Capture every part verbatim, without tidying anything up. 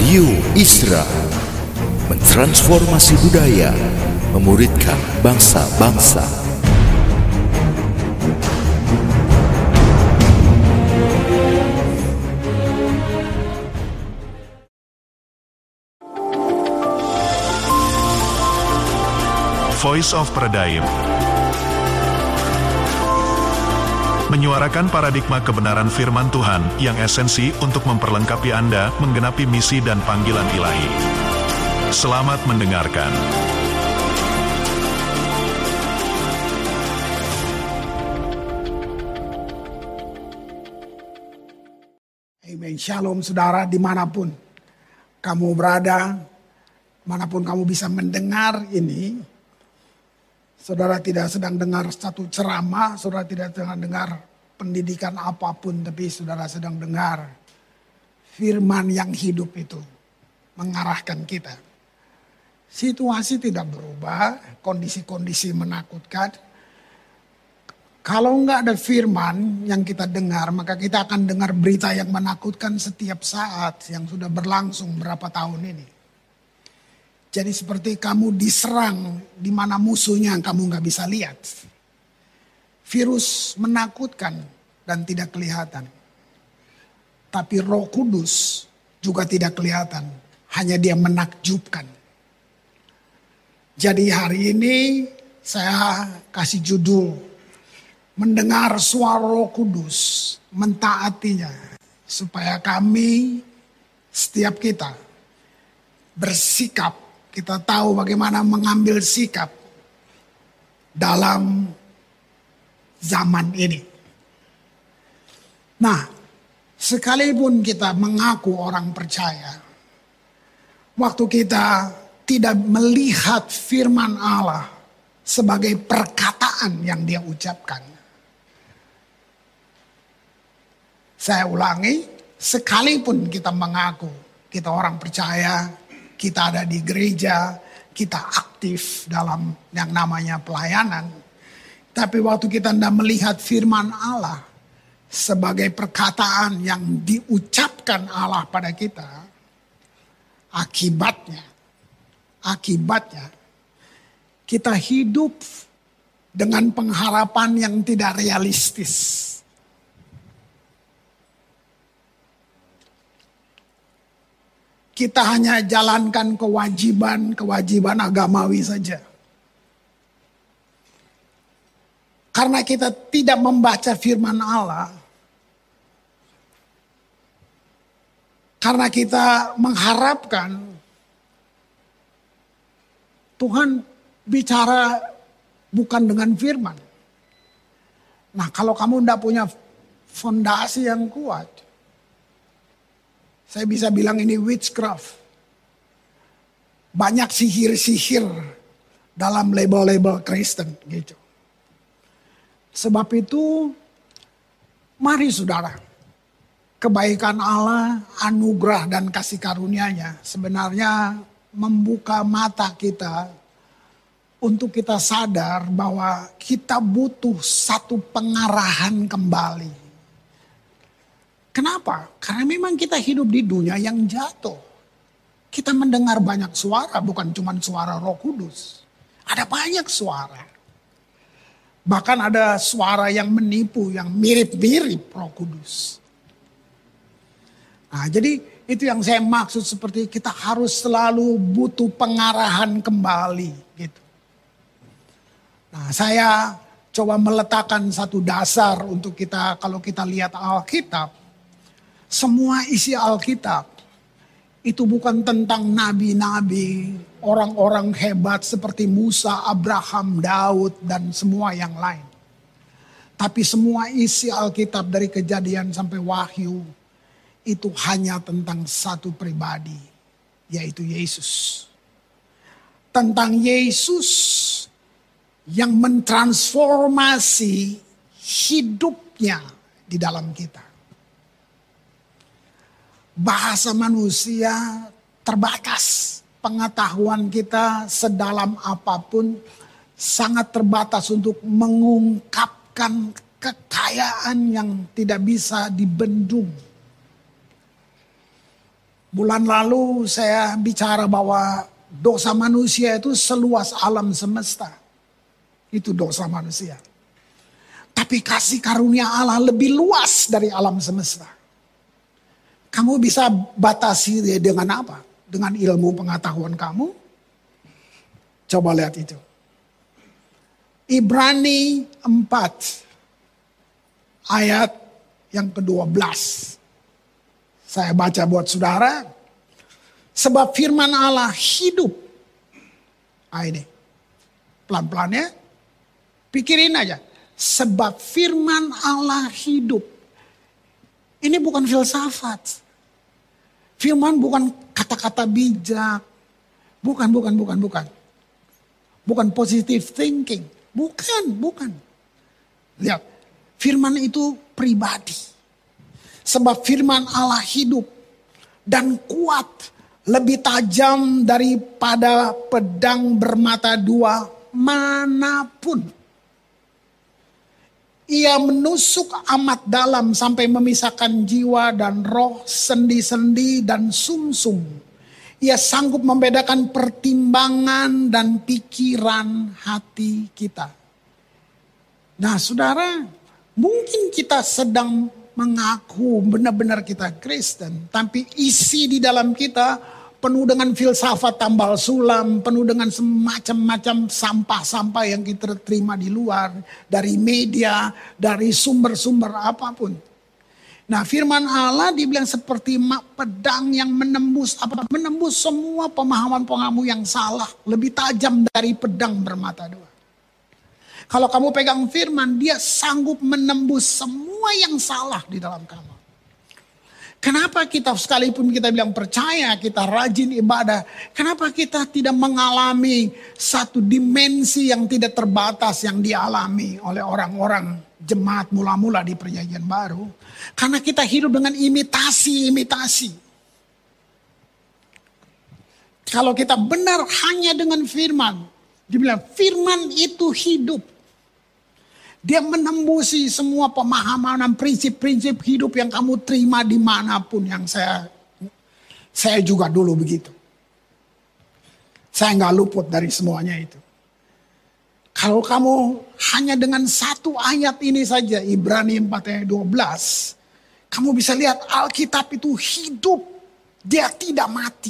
Radio Isra mentransformasi budaya, memuridkan bangsa-bangsa. Voice of Pradaim menyuarakan paradigma kebenaran firman Tuhan yang esensi untuk memperlengkapi Anda menggenapi misi dan panggilan ilahi. Selamat mendengarkan. Amen. Shalom saudara dimanapun kamu berada, manapun kamu bisa mendengar ini. Saudara tidak sedang dengar satu ceramah, saudara tidak sedang dengar pendidikan apapun, tapi saudara sedang dengar firman yang hidup itu mengarahkan kita. Situasi tidak berubah, kondisi-kondisi menakutkan. Kalau enggak ada firman yang kita dengar, maka kita akan dengar berita yang menakutkan setiap saat yang sudah berlangsung berapa tahun ini. Jadi seperti kamu diserang di mana musuhnya kamu nggak bisa lihat. Virus menakutkan dan tidak kelihatan. Tapi Roh Kudus juga tidak kelihatan. Hanya dia menakjubkan. Jadi hari ini saya kasih judul. Mendengar suara Roh Kudus, mentaatinya. Supaya kami, setiap kita bersikap. Kita tahu bagaimana mengambil sikap dalam zaman ini. Nah, sekalipun kita mengaku orang percaya, waktu kita tidak melihat firman Allah sebagai perkataan yang dia ucapkan. Saya ulangi, sekalipun kita mengaku kita orang percaya, kita ada di gereja, kita aktif dalam yang namanya pelayanan. Tapi waktu kita tidak melihat firman Allah sebagai perkataan yang diucapkan Allah pada kita, akibatnya, akibatnya kita hidup dengan pengharapan yang tidak realistis. Kita hanya jalankan kewajiban-kewajiban agamawi saja. Karena kita tidak membaca firman Allah. Karena kita mengharapkan Tuhan bicara bukan dengan firman. Nah, kalau kamu tidak punya fondasi yang kuat, saya bisa bilang ini witchcraft. Banyak sihir-sihir dalam label-label Kristen gitu. Sebab itu, mari saudara, kebaikan Allah, anugerah dan kasih karunia-Nya sebenarnya membuka mata kita untuk kita sadar bahwa kita butuh satu pengarahan kembali. Kenapa? Karena memang kita hidup di dunia yang jatuh. Kita mendengar banyak suara, bukan cuma suara Roh Kudus. Ada banyak suara. Bahkan ada suara yang menipu, yang mirip-mirip Roh Kudus. Nah, jadi itu yang saya maksud seperti kita harus selalu butuh pengarahan kembali. Gitu. Nah, saya coba meletakkan satu dasar untuk kita, kalau kita lihat Alkitab. Semua isi Alkitab itu bukan tentang nabi-nabi, orang-orang hebat seperti Musa, Abraham, Daud, dan semua yang lain. Tapi semua isi Alkitab dari Kejadian sampai Wahyu itu hanya tentang satu pribadi, yaitu Yesus. Tentang Yesus yang mentransformasi hidupnya di dalam kita. Bahasa manusia terbatas, pengetahuan kita sedalam apapun sangat terbatas untuk mengungkapkan kekayaan yang tidak bisa dibendung. Bulan lalu saya bicara bahwa dosa manusia itu seluas alam semesta. Itu dosa manusia. Tapi kasih karunia Allah lebih luas dari alam semesta. Kamu bisa batasi dia dengan apa? Dengan ilmu pengetahuan kamu? Coba lihat itu. Ibrani empat ayat yang kedua belas. Saya baca buat saudara. Sebab firman Allah hidup. Ah ini. Pelan-pelan ya. Pikirin aja. Sebab firman Allah hidup. Ini bukan filsafat. Firman bukan kata-kata bijak. Bukan, bukan, bukan, bukan. Bukan positive thinking. Bukan, bukan. Lihat. Firman itu pribadi. Sebab firman Allah hidup. Dan kuat. Lebih tajam daripada pedang bermata dua manapun. Ia menusuk amat dalam sampai memisahkan jiwa dan roh, sendi-sendi dan sumsum. Ia sanggup membedakan pertimbangan dan pikiran hati kita. Nah saudara, mungkin kita sedang mengaku benar-benar kita Kristen. Tapi isi di dalam kita penuh dengan filsafat tambal sulam, penuh dengan semacam-macam sampah-sampah yang kita terima di luar, dari media, dari sumber-sumber apapun. Nah, firman Allah dibilang seperti pedang yang menembus apa? Menembus semua pemahaman-pemahaman yang salah, lebih tajam dari pedang bermata dua. Kalau kamu pegang firman, dia sanggup menembus semua yang salah di dalam kamu. Kenapa kita sekalipun kita bilang percaya, kita rajin ibadah. Kenapa kita tidak mengalami satu dimensi yang tidak terbatas yang dialami oleh orang-orang jemaat mula-mula di perjanjian baru. Karena kita hidup dengan imitasi-imitasi. Kalau kita benar hanya dengan firman. Dibilang firman itu hidup. Dia menembusi semua pemahaman dan prinsip-prinsip hidup yang kamu terima dimanapun yang saya saya juga dulu begitu. Saya nggak luput dari semuanya itu. Kalau kamu hanya dengan satu ayat ini saja, Ibrani empat ayat dua belas, kamu bisa lihat Alkitab itu hidup. Dia tidak mati.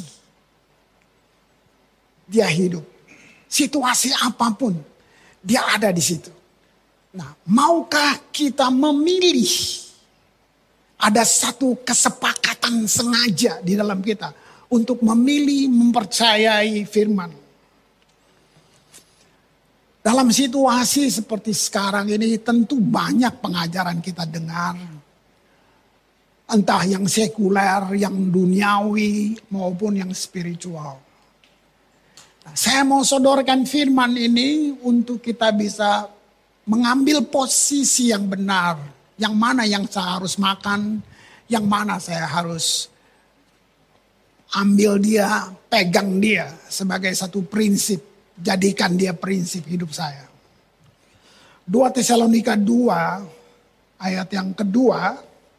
Dia hidup. Situasi apapun, dia ada di situ. Nah, maukah kita memilih? Ada satu kesepakatan sengaja di dalam kita untuk memilih mempercayai firman. Dalam situasi seperti sekarang ini tentu banyak pengajaran kita dengar. Entah yang sekuler, yang duniawi maupun yang spiritual. Nah, saya mau sodorkan firman ini untuk kita bisa mengambil posisi yang benar. Yang mana yang saya harus makan. Yang mana saya harus ambil dia, pegang dia sebagai satu prinsip. Jadikan dia prinsip hidup saya. dua Tesalonika dua ayat yang kedua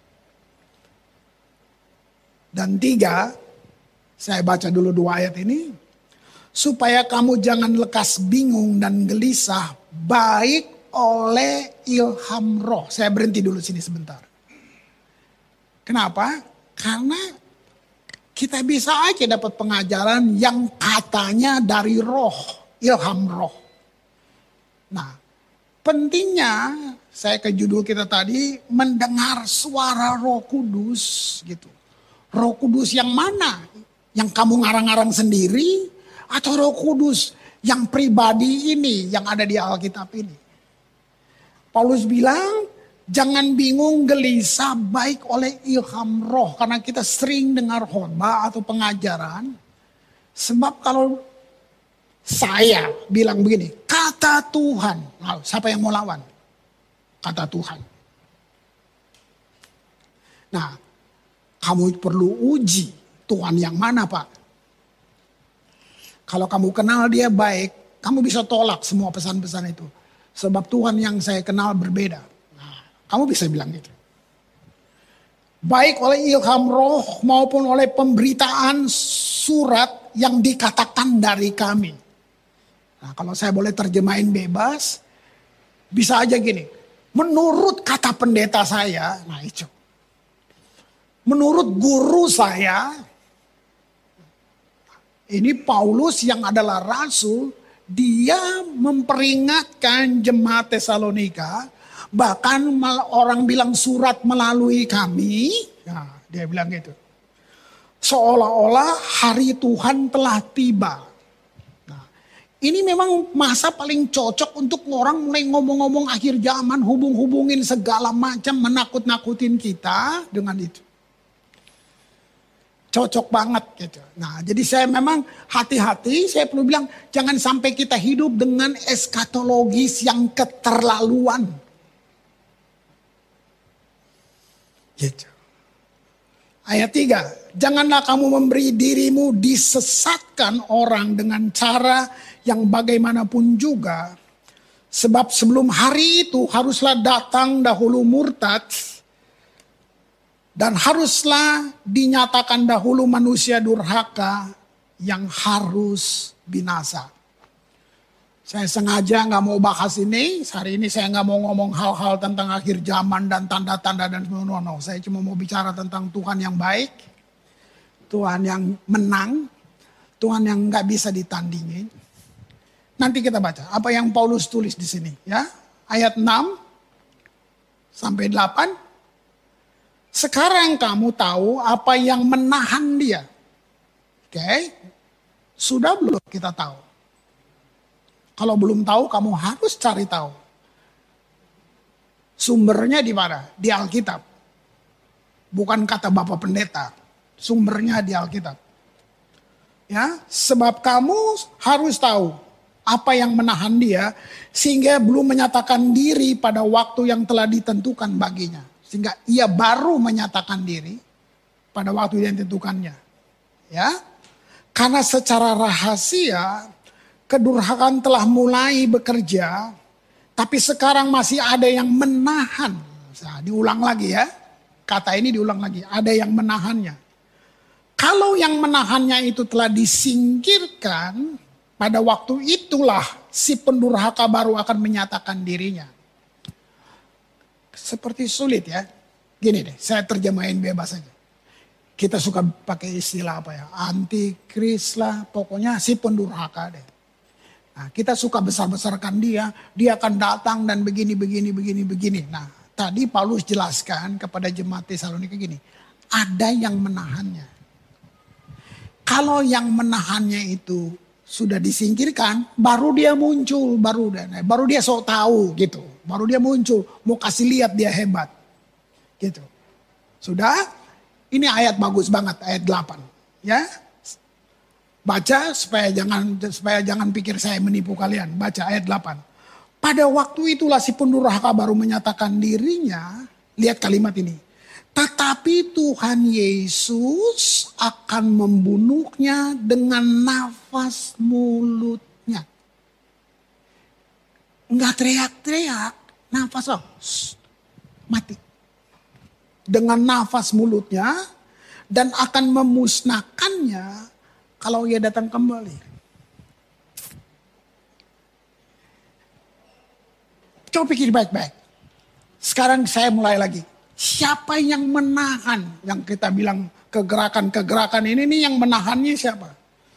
dan tiga. Saya baca dulu dua ayat ini. Supaya kamu jangan lekas bingung dan gelisah. Baik oleh ilham roh. Saya berhenti dulu sini sebentar. Kenapa? Karena kita bisa aja dapat pengajaran yang katanya dari roh. Ilham roh. Nah, pentingnya saya ke judul kita tadi mendengar suara Roh Kudus gitu. Roh Kudus yang mana? Yang kamu ngarang-ngarang sendiri atau Roh Kudus yang pribadi ini yang ada di Alkitab ini? Paulus bilang, jangan bingung gelisah baik oleh ilham roh. Karena kita sering dengar khotbah atau pengajaran. Sebab kalau saya bilang begini, kata Tuhan. Nah, siapa yang mau lawan? Kata Tuhan. Nah, kamu perlu uji Tuhan yang mana Pak? Kalau kamu kenal dia baik, kamu bisa tolak semua pesan-pesan itu. Sebab Tuhan yang saya kenal berbeda. Nah, kamu bisa bilang gitu. baik oleh ilham roh maupun oleh pemberitaan surat yang dikatakan dari kami. Nah, kalau saya boleh terjemahin bebas, bisa aja gini. Menurut kata pendeta saya, nah itu. Menurut guru saya, ini Paulus yang adalah rasul, dia memperingatkan jemaat Tesalonika, bahkan orang bilang surat melalui kami, nah, dia bilang gitu. Seolah-olah hari Tuhan telah tiba. Nah, ini memang masa paling cocok untuk orang mulai ngomong-ngomong akhir zaman, hubung-hubungin segala macam, menakut-nakutin kita dengan itu. Cocok banget gitu. Nah, jadi saya memang hati-hati, saya perlu bilang jangan sampai kita hidup dengan eskatologis yang keterlaluan. Gitu. Ayat tiga, janganlah kamu memberi dirimu disesatkan orang dengan cara yang bagaimanapun juga. Sebab sebelum hari itu haruslah datang dahulu murtad. Dan haruslah dinyatakan dahulu manusia durhaka yang harus binasa. Saya sengaja nggak mau bahas ini. Hari ini saya nggak mau ngomong hal-hal tentang akhir zaman dan tanda-tanda dan semua. No, no. Saya cuma mau bicara tentang Tuhan yang baik. Tuhan yang menang. Tuhan yang nggak bisa ditandingin. Nanti kita baca apa yang Paulus tulis di sini. Ya, ayat enam sampai delapan. Sekarang kamu tahu apa yang menahan dia. Oke. Okay? Sudah belum kita tahu? Kalau belum tahu kamu harus cari tahu. Sumbernya di mana? Di Alkitab. Bukan kata Bapak Pendeta. Sumbernya di Alkitab. Ya, sebab kamu harus tahu apa yang menahan dia sehingga belum menyatakan diri pada waktu yang telah ditentukan baginya. Sehingga ia baru menyatakan diri pada waktu yang ditentukannya. Ya. Karena secara rahasia kedurhakaan telah mulai bekerja, tapi sekarang masih ada yang menahan. Nah, diulang lagi ya. Kata ini diulang lagi, ada yang menahannya. Kalau yang menahannya itu telah disingkirkan, pada waktu itulah si pendurhaka baru akan menyatakan dirinya. Seperti sulit ya. Gini deh, saya terjemahin bebas aja. Kita suka pakai istilah apa ya? Antikris lah, pokoknya si pendurhaka deh. Nah, kita suka besar-besarkan dia, dia akan datang dan begini, begini, begini, begini. Nah, tadi Paulus jelaskan kepada jemaat Tesalonika gini, ada yang menahannya. Kalau yang menahannya itu sudah disingkirkan, baru dia muncul, baru dia, baru dia sok tahu gitu, baru dia muncul, mau kasih lihat dia hebat, gitu. Sudah, ini ayat bagus banget, ayat delapan, ya. Baca supaya jangan supaya jangan pikir saya menipu kalian. Baca ayat delapan. Pada waktu itulah si pendurhaka baru menyatakan dirinya, lihat kalimat ini. Tetapi Tuhan Yesus akan membunuhnya dengan nafas mulutnya. Enggak teriak-teriak, nafas loh, mati. Dengan nafas mulutnya dan akan memusnahkannya kalau ia datang kembali. Coba pikir baik-baik. Sekarang saya mulai lagi. Siapa yang menahan? Yang kita bilang kegerakan-kegerakan ini nih yang menahannya siapa?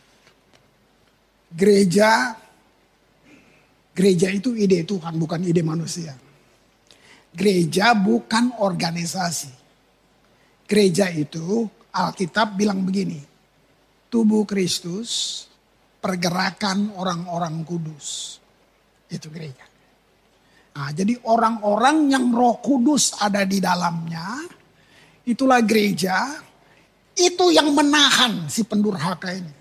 Gereja. Gereja itu ide Tuhan, bukan ide manusia. Gereja bukan organisasi. Gereja itu Alkitab bilang begini. Tubuh Kristus, pergerakan orang-orang kudus. Itu gereja. Nah, jadi orang-orang yang Roh Kudus ada di dalamnya, itulah gereja, itu yang menahan si pendurhaka ini.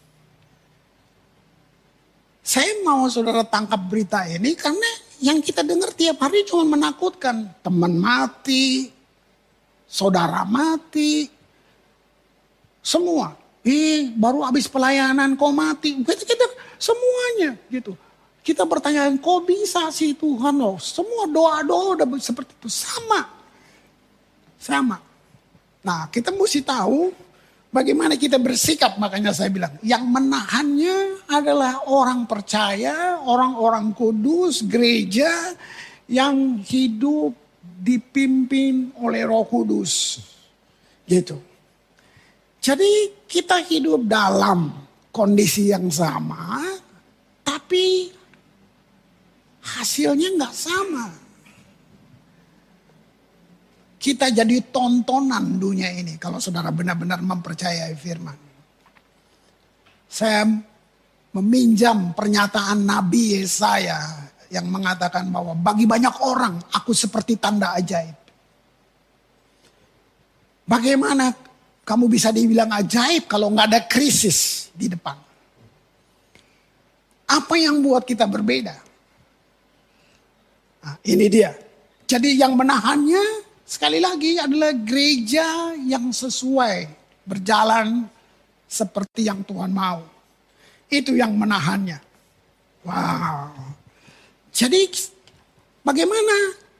Saya mau saudara tangkap berita ini karena yang kita dengar tiap hari cuma menakutkan. Teman mati, saudara mati, semua. Eh, baru habis pelayanan kok mati. Kita, kita semuanya gitu. Kita bertanya, kok bisa sih Tuhan loh? Semua doa-doa udah seperti itu. Sama. Sama. Nah, kita mesti tahu bagaimana kita bersikap. Makanya saya bilang, yang menahannya adalah orang percaya, orang-orang kudus, gereja yang hidup dipimpin oleh Roh Kudus. Gitu. Jadi kita hidup dalam kondisi yang sama, tapi hasilnya nggak sama. Kita jadi tontonan dunia ini kalau saudara benar-benar mempercayai firman. Saya meminjam pernyataan Nabi Yesaya yang mengatakan bahwa bagi banyak orang aku seperti tanda ajaib. Bagaimana kamu bisa dibilang ajaib kalau nggak ada krisis di depan? Apa yang buat kita berbeda? Nah, ini dia. Jadi yang menahannya sekali lagi adalah gereja yang sesuai berjalan seperti yang Tuhan mau. Itu yang menahannya. Wow. Jadi bagaimana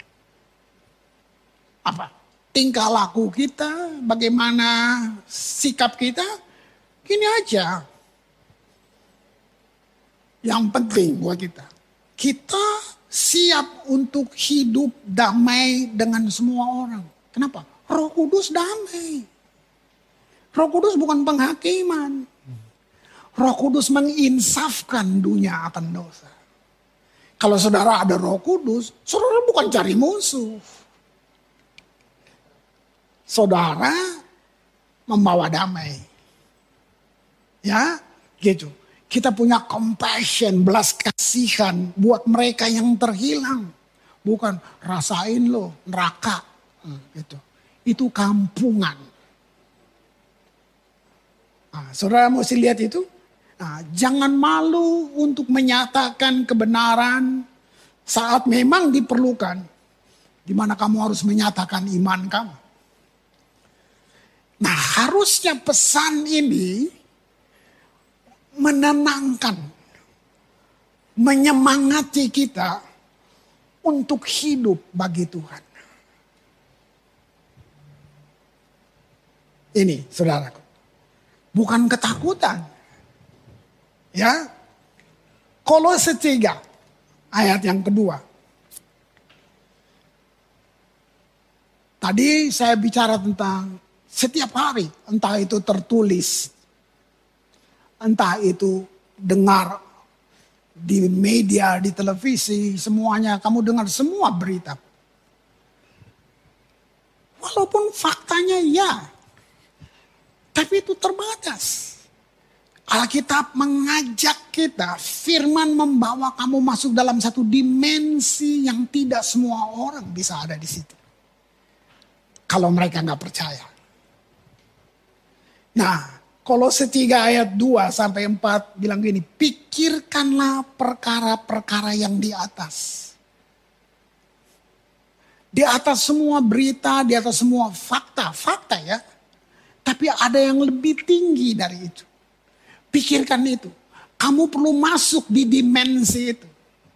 apa tingkah laku kita, bagaimana sikap kita? Gini aja. Yang penting buat kita. Kita siap untuk hidup damai dengan semua orang. Kenapa? Roh Kudus damai. Roh Kudus bukan penghakiman. Roh Kudus menginsafkan dunia akan dosa. Kalau saudara ada Roh Kudus, saudara bukan cari musuh. Saudara membawa damai. Ya, gitu. Kita punya compassion, belas kasihan buat mereka yang terhilang. Bukan rasain lo neraka. Gitu. Itu kampungan. Nah, saudara mesti lihat itu. Nah, jangan malu untuk menyatakan kebenaran saat memang diperlukan. Di mana kamu harus menyatakan iman kamu. Nah, harusnya pesan ini menenangkan, menyemangati kita untuk hidup bagi Tuhan. Ini saudaraku, bukan ketakutan. Ya, Kolose tiga ayat yang kedua. Tadi saya bicara tentang setiap hari, entah itu tertulis, entah itu dengar di media, di televisi, semuanya kamu dengar semua berita. Walaupun faktanya ya, tapi itu terbatas. Alkitab mengajak kita, firman membawa kamu masuk dalam satu dimensi yang tidak semua orang bisa ada di situ. Kalau mereka nggak percaya. Nah, Kolose tiga ayat dua sampai empat bilang gini, pikirkanlah perkara-perkara yang di atas. Di atas semua berita, di atas semua fakta, fakta ya. Tapi ada yang lebih tinggi dari itu. Pikirkan itu. Kamu perlu masuk di dimensi itu.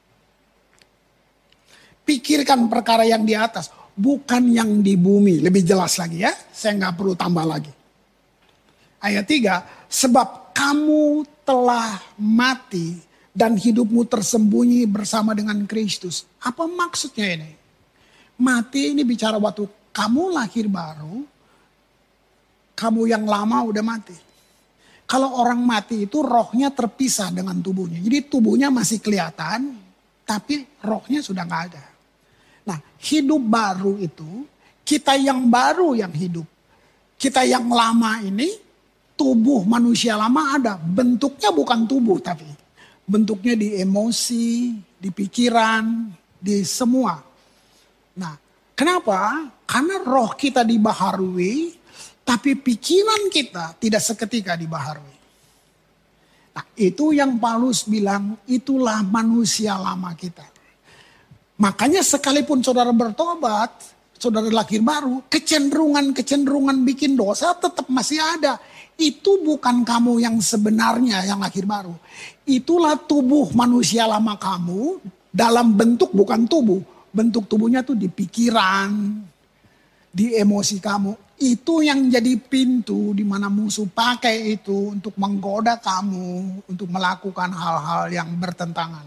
Pikirkan perkara yang di atas, bukan yang di bumi. Lebih jelas lagi ya, saya nggak perlu tambah lagi. Ayat tiga, sebab kamu telah mati dan hidupmu tersembunyi bersama dengan Kristus. Apa maksudnya ini? Mati ini bicara waktu kamu lahir baru, kamu yang lama udah mati. Kalau orang mati itu rohnya terpisah dengan tubuhnya. Jadi tubuhnya masih kelihatan, tapi rohnya sudah nggak ada. Nah, hidup baru itu, kita yang baru yang hidup. Kita yang lama ini, tubuh manusia lama ada. Bentuknya bukan tubuh tapi. Bentuknya di emosi, di pikiran, di semua. Nah, kenapa? Karena roh kita dibaharui, tapi pikiran kita tidak seketika dibaharui. Nah, itu yang Paulus bilang, itulah manusia lama kita. Makanya sekalipun saudara bertobat, saudara lahir baru, kecenderungan-kecenderungan bikin dosa tetap masih ada. Itu bukan kamu yang sebenarnya yang lahir baru. Itulah tubuh manusia lama kamu dalam bentuk bukan tubuh. Bentuk tubuhnya tuh di pikiran, di emosi kamu. Itu yang jadi pintu di mana musuh pakai itu untuk menggoda kamu, untuk melakukan hal-hal yang bertentangan.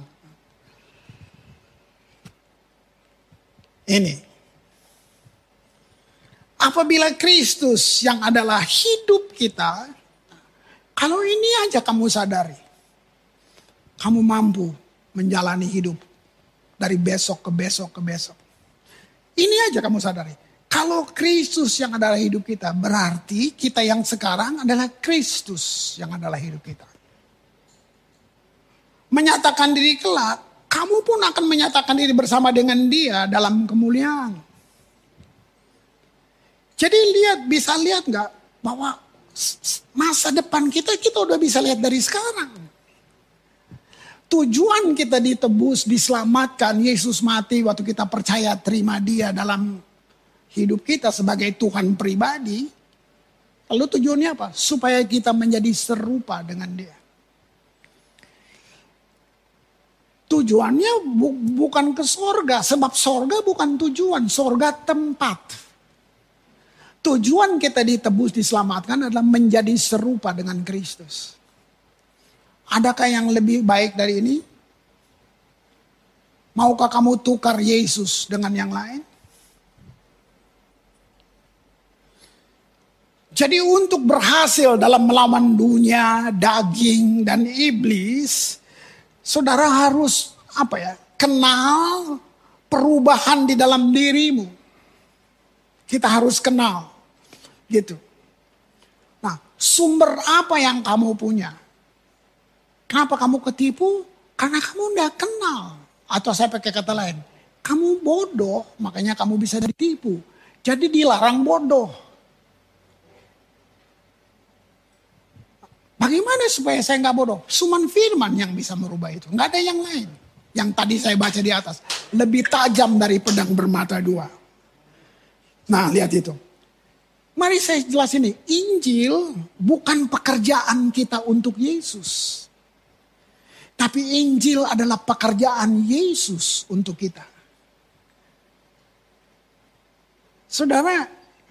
Ini. Apabila Kristus yang adalah hidup kita, kalau ini aja kamu sadari, kamu mampu menjalani hidup dari besok ke besok ke besok. Ini aja kamu sadari. Kalau Kristus yang adalah hidup kita, berarti kita yang sekarang adalah Kristus yang adalah hidup kita. Menyatakan diri kelak, kamu pun akan menyatakan diri bersama dengan Dia dalam kemuliaan. Jadi lihat, bisa lihat nggak bahwa masa depan kita, kita udah bisa lihat dari sekarang. Tujuan kita ditebus, diselamatkan, Yesus mati waktu kita percaya terima Dia dalam hidup kita sebagai Tuhan pribadi. Lalu tujuannya apa? Supaya kita menjadi serupa dengan Dia. Tujuannya bu bukan ke sorga. Sebab sorga bukan tujuan. Sorga tempat. Tujuan kita ditebus, diselamatkan adalah menjadi serupa dengan Kristus. Adakah yang lebih baik dari ini? Maukah kamu tukar Yesus dengan yang lain? Jadi untuk berhasil dalam melawan dunia, daging, dan iblis, saudara harus apa ya? Kenal perubahan di dalam dirimu. Kita harus kenal, gitu. Nah, sumber apa yang kamu punya? Kenapa kamu ketipu? Karena kamu tidak kenal. Atau saya pakai kata lain, kamu bodoh, makanya kamu bisa ditipu. Jadi dilarang bodoh. Bagaimana supaya saya nggak bodoh? Cuman firman yang bisa merubah itu. Nggak ada yang lain. Yang tadi saya baca di atas. Lebih tajam dari pedang bermata dua. Nah, lihat itu. Mari saya jelasin ini. Injil bukan pekerjaan kita untuk Yesus. Tapi Injil adalah pekerjaan Yesus untuk kita. Saudara,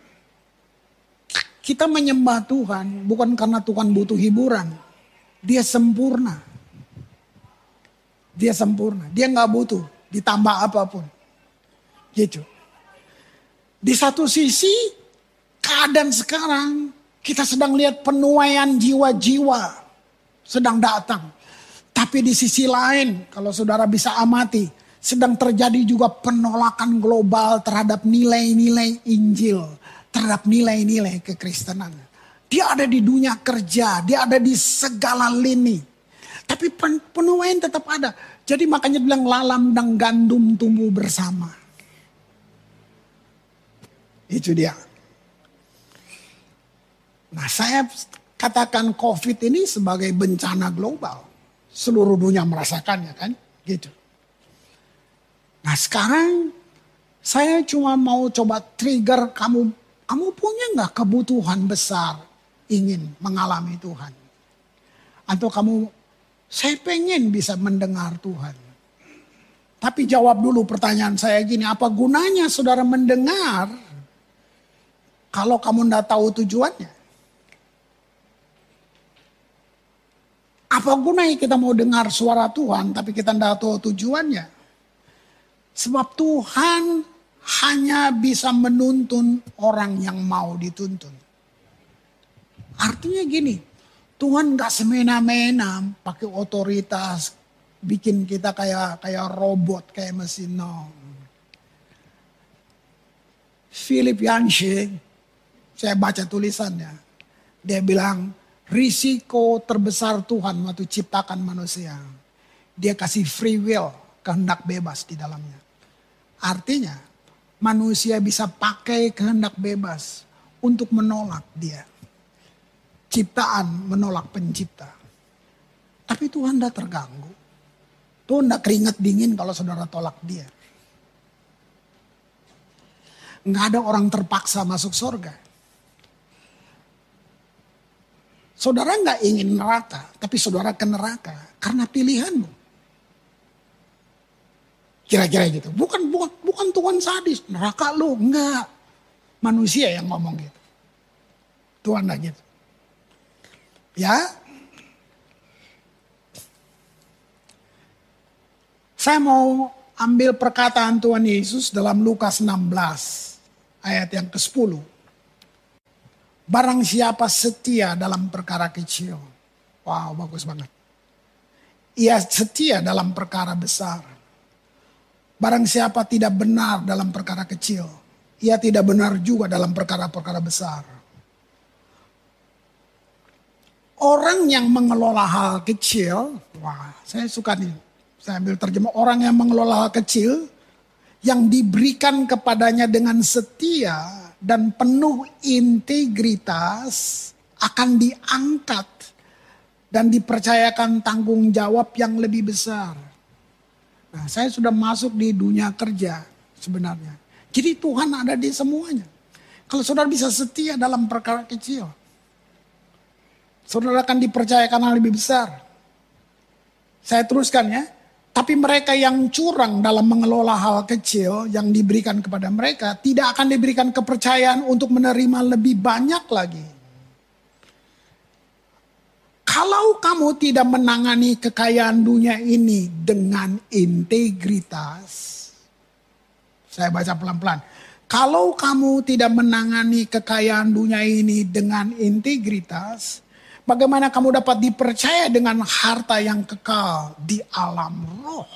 kita menyembah Tuhan bukan karena Tuhan butuh hiburan. Dia sempurna. Dia sempurna. Dia nggak butuh ditambah apapun. Gitu. Di satu sisi keadaan sekarang kita sedang lihat penuaian jiwa-jiwa sedang datang. Tapi di sisi lain kalau saudara bisa amati sedang terjadi juga penolakan global terhadap nilai-nilai Injil. Terhadap nilai-nilai kekristenan. Dia ada di dunia kerja, dia ada di segala lini. Tapi penuaian tetap ada. Jadi makanya bilang lalam dan gandum tumbuh bersama. Itu dia. Nah, saya katakan COVID ini sebagai bencana global. Seluruh dunia merasakannya kan, gitu. Nah, sekarang saya cuma mau coba trigger kamu. Kamu punya nggak kebutuhan besar ingin mengalami Tuhan? Atau kamu, saya pengen bisa mendengar Tuhan. Tapi jawab dulu pertanyaan saya gini, apa gunanya saudara mendengar kalau kamu nggak tahu tujuannya? Apa gunanya kita mau dengar suara Tuhan tapi kita nggak tahu tujuannya? Sebab Tuhan hanya bisa menuntun orang yang mau dituntun. Artinya gini, Tuhan gak semena-mena pakai otoritas, bikin kita kayak kayak robot, kayak mesin. No. Philip Yancey, saya baca tulisannya, dia bilang risiko terbesar Tuhan waktu ciptakan manusia, dia kasih free will, kehendak bebas di dalamnya. Artinya manusia bisa pakai kehendak bebas untuk menolak dia. Ciptaan menolak pencipta. Tapi Tuhan tidak terganggu. Tuhan tidak keringat dingin kalau saudara tolak dia. Nggak ada orang terpaksa masuk surga. Saudara nggak ingin neraka, tapi saudara ke neraka karena pilihanmu. Kira-kira gitu. Bukan, bukan, bukan Tuhan sadis. Neraka lu. Enggak. Manusia yang ngomong gitu. Tuhan dah gitu. Ya. Saya mau ambil perkataan Tuhan Yesus dalam Lukas enam belas ayat yang kesepuluh. Barang siapa setia dalam perkara kecil. Wow, bagus banget. Ia setia dalam perkara besar. Barang siapa tidak benar dalam perkara kecil, ia tidak benar juga dalam perkara-perkara besar. Orang yang mengelola hal kecil, wah saya suka nih. Saya ambil terjemah, orang yang mengelola hal kecil yang diberikan kepadanya dengan setia dan penuh integritas akan diangkat dan dipercayakan tanggung jawab yang lebih besar. Nah, saya sudah masuk di dunia kerja sebenarnya. Jadi Tuhan ada di semuanya. Kalau saudara bisa setia dalam perkara kecil, saudara akan dipercayakan hal lebih besar. Saya teruskan ya. Tapi mereka yang curang dalam mengelola hal kecil yang diberikan kepada mereka tidak akan diberikan kepercayaan untuk menerima lebih banyak lagi. Kalau kamu tidak menangani kekayaan dunia ini dengan integritas, saya baca pelan-pelan. Kalau kamu tidak menangani kekayaan dunia ini dengan integritas, bagaimana kamu dapat dipercaya dengan harta yang kekal di alam roh?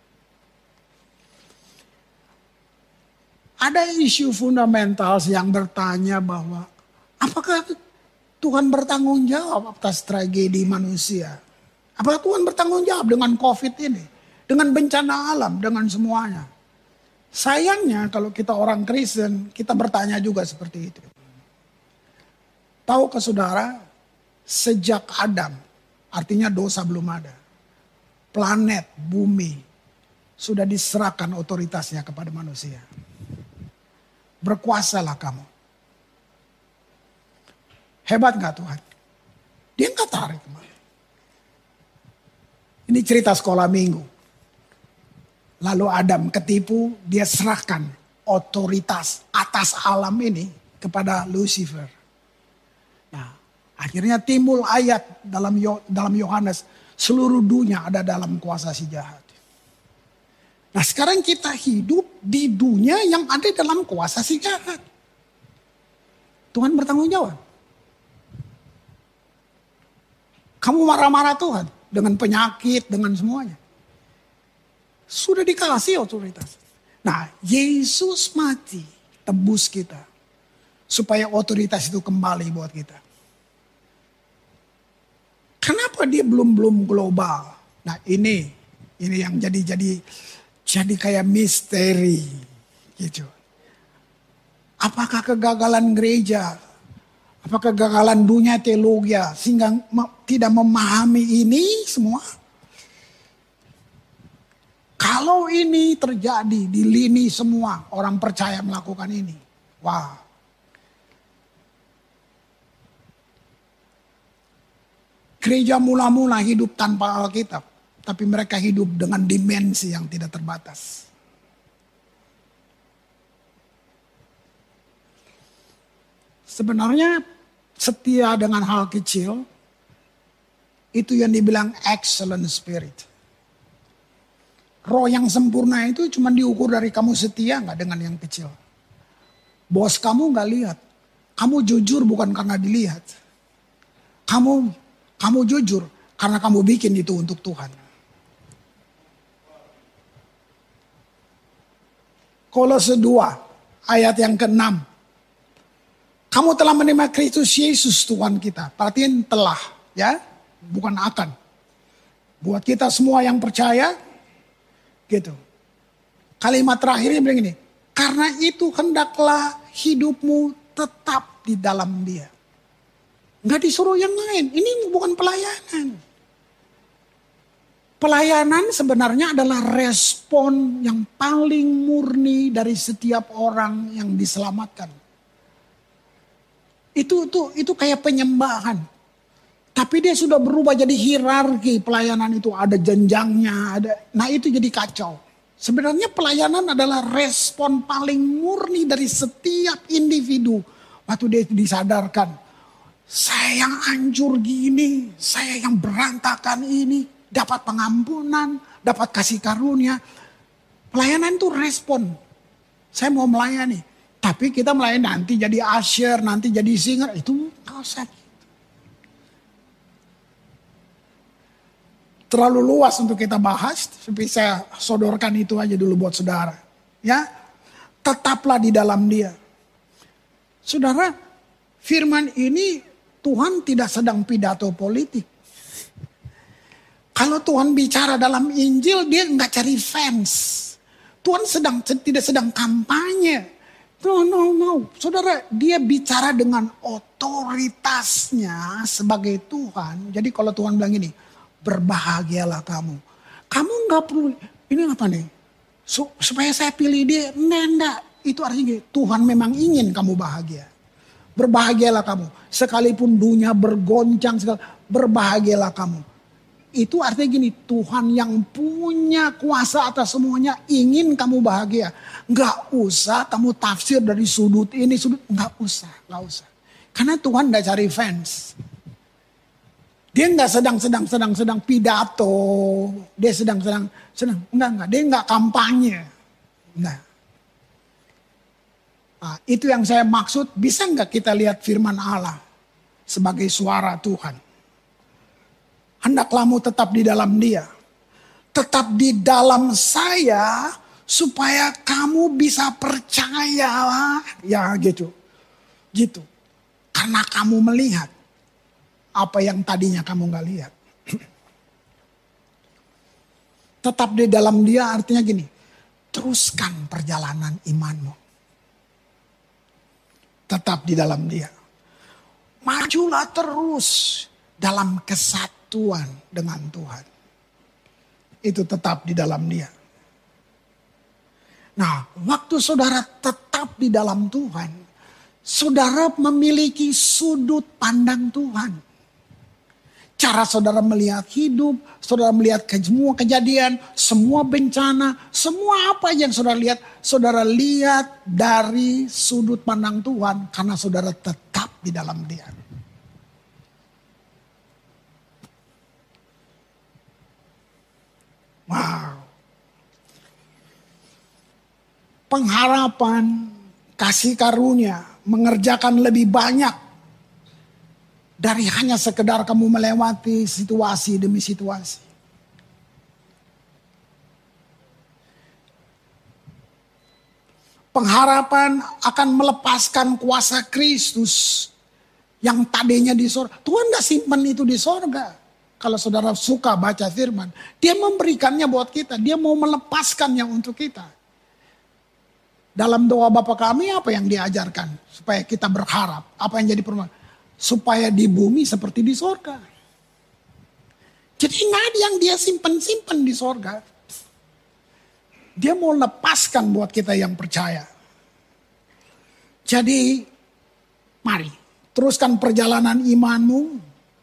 Ada isu fundamental yang bertanya bahwa apakah Tuhan bertanggung jawab atas tragedi manusia? Apakah Tuhan bertanggung jawab dengan COVID ini? Dengan bencana alam, dengan semuanya? Sayangnya kalau kita orang Kristen, kita bertanya juga seperti itu. Tahukah saudara? Sejak Adam, artinya dosa belum ada. Planet, bumi, sudah diserahkan otoritasnya kepada manusia. Berkuasalah kamu. Hebat gak Tuhan? Dia gak tarik kemana. Ini cerita sekolah minggu. Lalu Adam ketipu, dia serahkan otoritas atas alam ini kepada Lucifer. Nah, akhirnya timbul ayat dalam dalam Yohanes, seluruh dunia ada dalam kuasa si jahat. Nah sekarang kita hidup di dunia yang ada dalam kuasa si jahat. Tuhan bertanggung jawab. Kamu marah-marah Tuhan dengan penyakit, dengan semuanya. Sudah dikasih otoritas. Nah Yesus mati tebus kita. Supaya otoritas itu kembali buat kita. Kenapa dia belum-belum global? Nah ini, ini yang jadi jadi jadi kayak misteri gitu. Apakah kegagalan gereja, apakah kegagalan dunia teologi sehingga tidak memahami ini semua? Kalau ini terjadi di lini semua orang percaya melakukan ini, wah. Gereja mula-mula hidup tanpa Alkitab. Tapi mereka hidup dengan dimensi yang tidak terbatas. Sebenarnya setia dengan hal kecil. Itu yang dibilang excellent spirit. Roh yang sempurna itu cuma diukur dari kamu setia gak dengan yang kecil. Bos kamu gak lihat. Kamu jujur bukan karena dilihat. Kamu kamu jujur karena kamu bikin itu untuk Tuhan. Kolose dua ayat yang keenam. Kamu telah menerima Kristus Yesus Tuhan kita. Perhatiin telah ya, bukan akan. Buat kita semua yang percaya gitu. Kalimat terakhirnya bilang ini, karena itu hendaklah hidupmu tetap di dalam Dia. Enggak disuruh yang lain. Ini bukan pelayanan. Pelayanan sebenarnya adalah respon yang paling murni dari setiap orang yang diselamatkan. Itu itu itu kayak penyembahan. Tapi dia sudah berubah jadi hierarki pelayanan itu, ada jenjangnya, ada. Nah, itu jadi kacau. Sebenarnya pelayanan adalah respon paling murni dari setiap individu waktu dia disadarkan Saya yang hancur gini, saya yang berantakan ini, dapat pengampunan, dapat kasih karunia. Pelayanan itu respon. Saya mau melayani. Tapi kita melayani nanti jadi usher, nanti jadi singer. Itu gak usah gitu. Terlalu luas untuk kita bahas. Tapi saya sodorkan itu aja dulu buat saudara. Ya, tetaplah di dalam Dia. Saudara, firman ini Tuhan tidak sedang pidato politik. Kalau Tuhan bicara dalam Injil, dia nggak cari fans. Tuhan sedang tidak sedang kampanye. No, no, no. Saudara, dia bicara dengan otoritasnya sebagai Tuhan. Jadi kalau Tuhan bilang ini, berbahagialah kamu. Kamu nggak perlu, ini apa nih? Supaya saya pilih dia, enggak. Itu artinya Tuhan memang ingin kamu bahagia. Berbahagialah kamu. Sekalipun dunia bergoncang, berbahagialah kamu. Itu artinya gini, Tuhan yang punya kuasa atas semuanya ingin kamu bahagia. Nggak usah kamu tafsir dari sudut ini, sudut. Nggak usah, nggak usah. Karena Tuhan nggak cari fans. Dia nggak sedang-sedang-sedang-sedang pidato. Dia sedang-sedang, sedang, enggak, enggak. Dia nggak kampanye. Nah. Nah, itu yang saya maksud, bisa nggak kita lihat firman Allah sebagai suara Tuhan? Hendaklah mu tetap di dalam Dia. Tetap di dalam saya supaya kamu bisa percaya. Ya gitu. Gitu. Karena kamu melihat apa yang tadinya kamu gak lihat. Tetap di dalam Dia artinya gini. Teruskan perjalanan imanmu. Tetap di dalam Dia. Majulah terus dalam kesatuan Tuhan dengan Tuhan. Itu tetap di dalam Dia. Nah, waktu saudara tetap di dalam Tuhan, saudara memiliki sudut pandang Tuhan. Cara saudara melihat hidup, saudara melihat semua kejadian, semua bencana, semua apa yang saudara lihat, saudara lihat dari sudut pandang Tuhan karena saudara tetap di dalam Dia. Wow. Pengharapan, kasih karunia, mengerjakan lebih banyak dari hanya sekedar kamu melewati situasi demi situasi. Pengharapan akan melepaskan kuasa Kristus yang tadinya di sorga. Tuhan gak simpan itu di sorga. Kalau saudara suka baca firman, dia memberikannya buat kita. Dia mau melepaskannya untuk kita. Dalam doa Bapa kami apa yang diajarkan? Supaya kita berharap. Apa yang jadi permohonan? Supaya di bumi seperti di sorga. Jadi nggak ada yang dia simpan-simpan di sorga. Dia mau lepaskan buat kita yang percaya. Jadi mari teruskan perjalanan imanmu.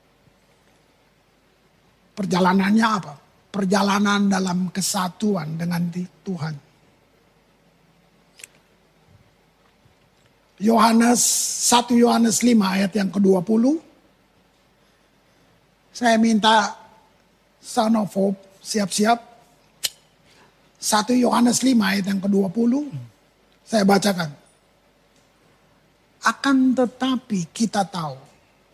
Perjalanannya apa? Perjalanan dalam kesatuan dengan Tuhan. Yohanes satu Yohanes lima ayat yang kedua puluh. Saya minta Son of Hope siap-siap. satu Yohanes lima ayat yang kedua puluh. Saya bacakan. Akan tetapi kita tahu.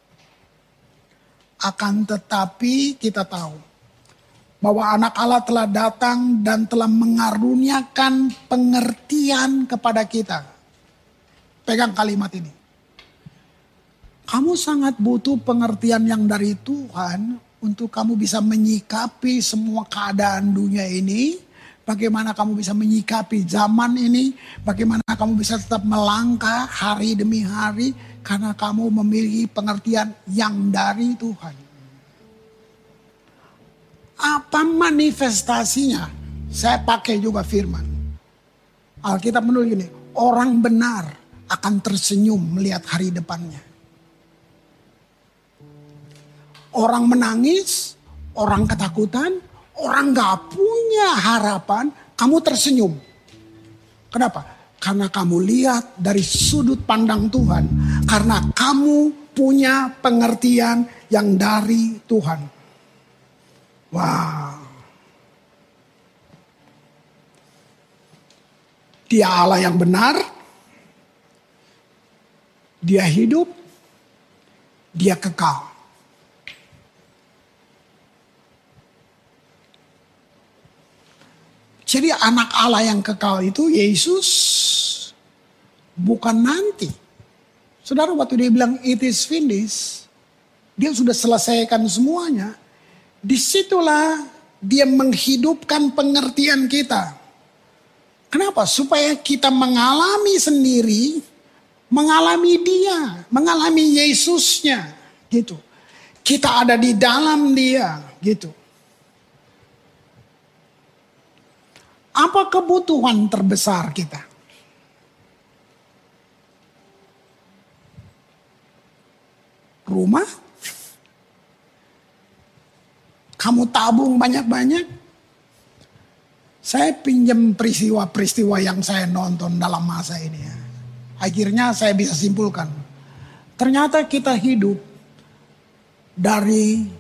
Akan tetapi kita tahu bahwa anak Allah telah datang dan telah mengaruniakan pengertian kepada kita. Pegang kalimat ini. Kamu sangat butuh pengertian yang dari Tuhan untuk kamu bisa menyikapi semua keadaan dunia ini. Bagaimana kamu bisa menyikapi zaman ini. Bagaimana kamu bisa tetap melangkah hari demi hari. Karena kamu memiliki pengertian yang dari Tuhan. Apa manifestasinya? Saya pakai juga firman. Alkitab menulis gini. Orang benar akan tersenyum melihat hari depannya. Orang menangis, orang ketakutan, orang gak punya harapan, kamu tersenyum. Kenapa? Karena kamu lihat dari sudut pandang Tuhan. Karena kamu punya pengertian yang dari Tuhan. Wow. Dia Allah yang benar. Dia hidup. Dia kekal. Jadi anak Allah yang kekal itu Yesus bukan nanti. Saudara, waktu dia bilang it is finished, dia sudah selesaikan semuanya. Disitulah dia menghidupkan pengertian kita. Kenapa? Supaya kita mengalami sendiri, mengalami dia, mengalami Yesusnya, gitu. Kita ada di dalam dia, gitu. Apa kebutuhan terbesar kita? Rumah? Kamu tabung banyak-banyak? Saya pinjam peristiwa-peristiwa yang saya nonton dalam masa ini. Ya. Akhirnya saya bisa simpulkan. Ternyata kita hidup dari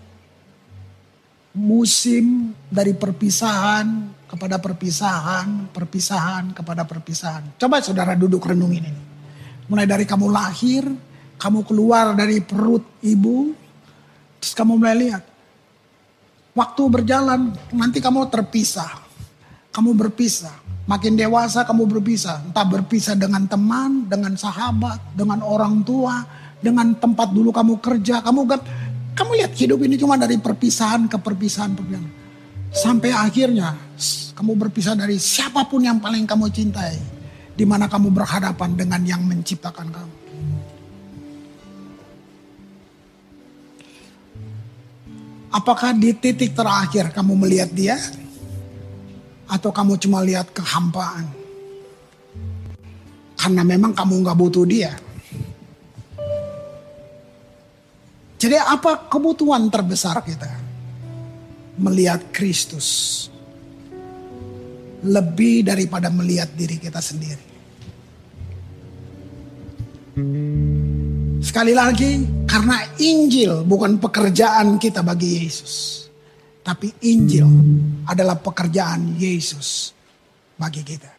musim, dari perpisahan kepada perpisahan, perpisahan kepada perpisahan. Coba saudara duduk renungin ini. Mulai dari kamu lahir, kamu keluar dari perut ibu, terus kamu mulai lihat. Waktu berjalan, nanti kamu terpisah. Kamu berpisah. Makin dewasa kamu berpisah. Entah berpisah dengan teman, dengan sahabat, dengan orang tua, dengan tempat dulu kamu kerja. Kamu kamu lihat hidup ini cuma dari perpisahan ke perpisahan. perpisahan. Sampai akhirnya kamu berpisah dari siapapun yang paling kamu cintai. Di mana kamu berhadapan dengan yang menciptakan kamu. Apakah di titik terakhir kamu melihat dia? Atau kamu cuma lihat kehampaan? Karena memang kamu gak butuh dia. Jadi apa kebutuhan terbesar kita? Melihat Kristus. Lebih daripada melihat diri kita sendiri. Sekali lagi, karena Injil bukan pekerjaan kita bagi Yesus. Tapi Injil adalah pekerjaan Yesus bagi kita.